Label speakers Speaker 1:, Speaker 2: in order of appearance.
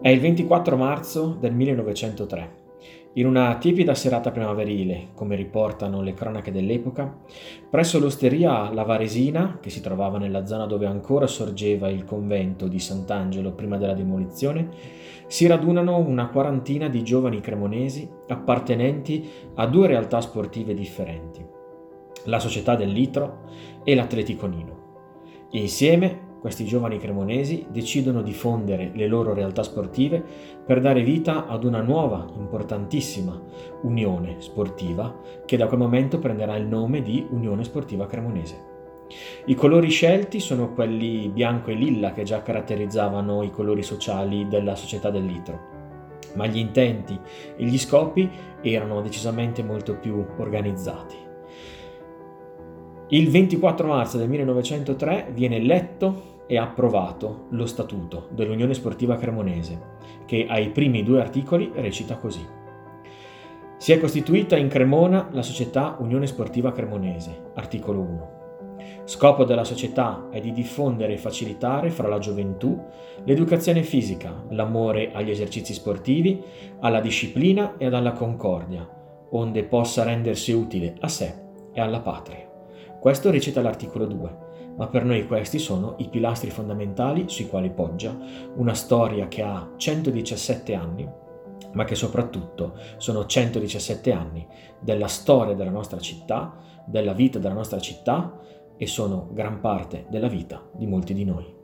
Speaker 1: È il 24 marzo del 1903. In una tiepida serata primaverile, come riportano le cronache dell'epoca, presso l'osteria La Varesina, che si trovava nella zona dove ancora sorgeva il convento di Sant'Angelo prima della demolizione, si radunano una quarantina di giovani cremonesi appartenenti a due realtà sportive differenti, la Società del Litro e l'Atletico Nino. Insieme, questi giovani cremonesi decidono di fondere le loro realtà sportive per dare vita ad una nuova, importantissima unione sportiva che da quel momento prenderà il nome di Unione Sportiva Cremonese. I colori scelti sono quelli bianco e lilla che già caratterizzavano i colori sociali della Società del Litro, ma gli intenti e gli scopi erano decisamente molto più organizzati. Il 24 marzo del 1903 viene letto e approvato lo statuto dell'Unione Sportiva Cremonese, che ai primi due articoli recita così: si è costituita in Cremona la società Unione Sportiva Cremonese, articolo 1. Scopo della società è di diffondere e facilitare fra la gioventù l'educazione fisica, l'amore agli esercizi sportivi, alla disciplina e alla concordia, onde possa rendersi utile a sé e alla patria. Questo recita l'articolo 2, ma per noi questi sono i pilastri fondamentali sui quali poggia una storia che ha 117 anni, ma che soprattutto sono 117 anni della storia della nostra città, della vita della nostra città, e sono gran parte della vita di molti di noi.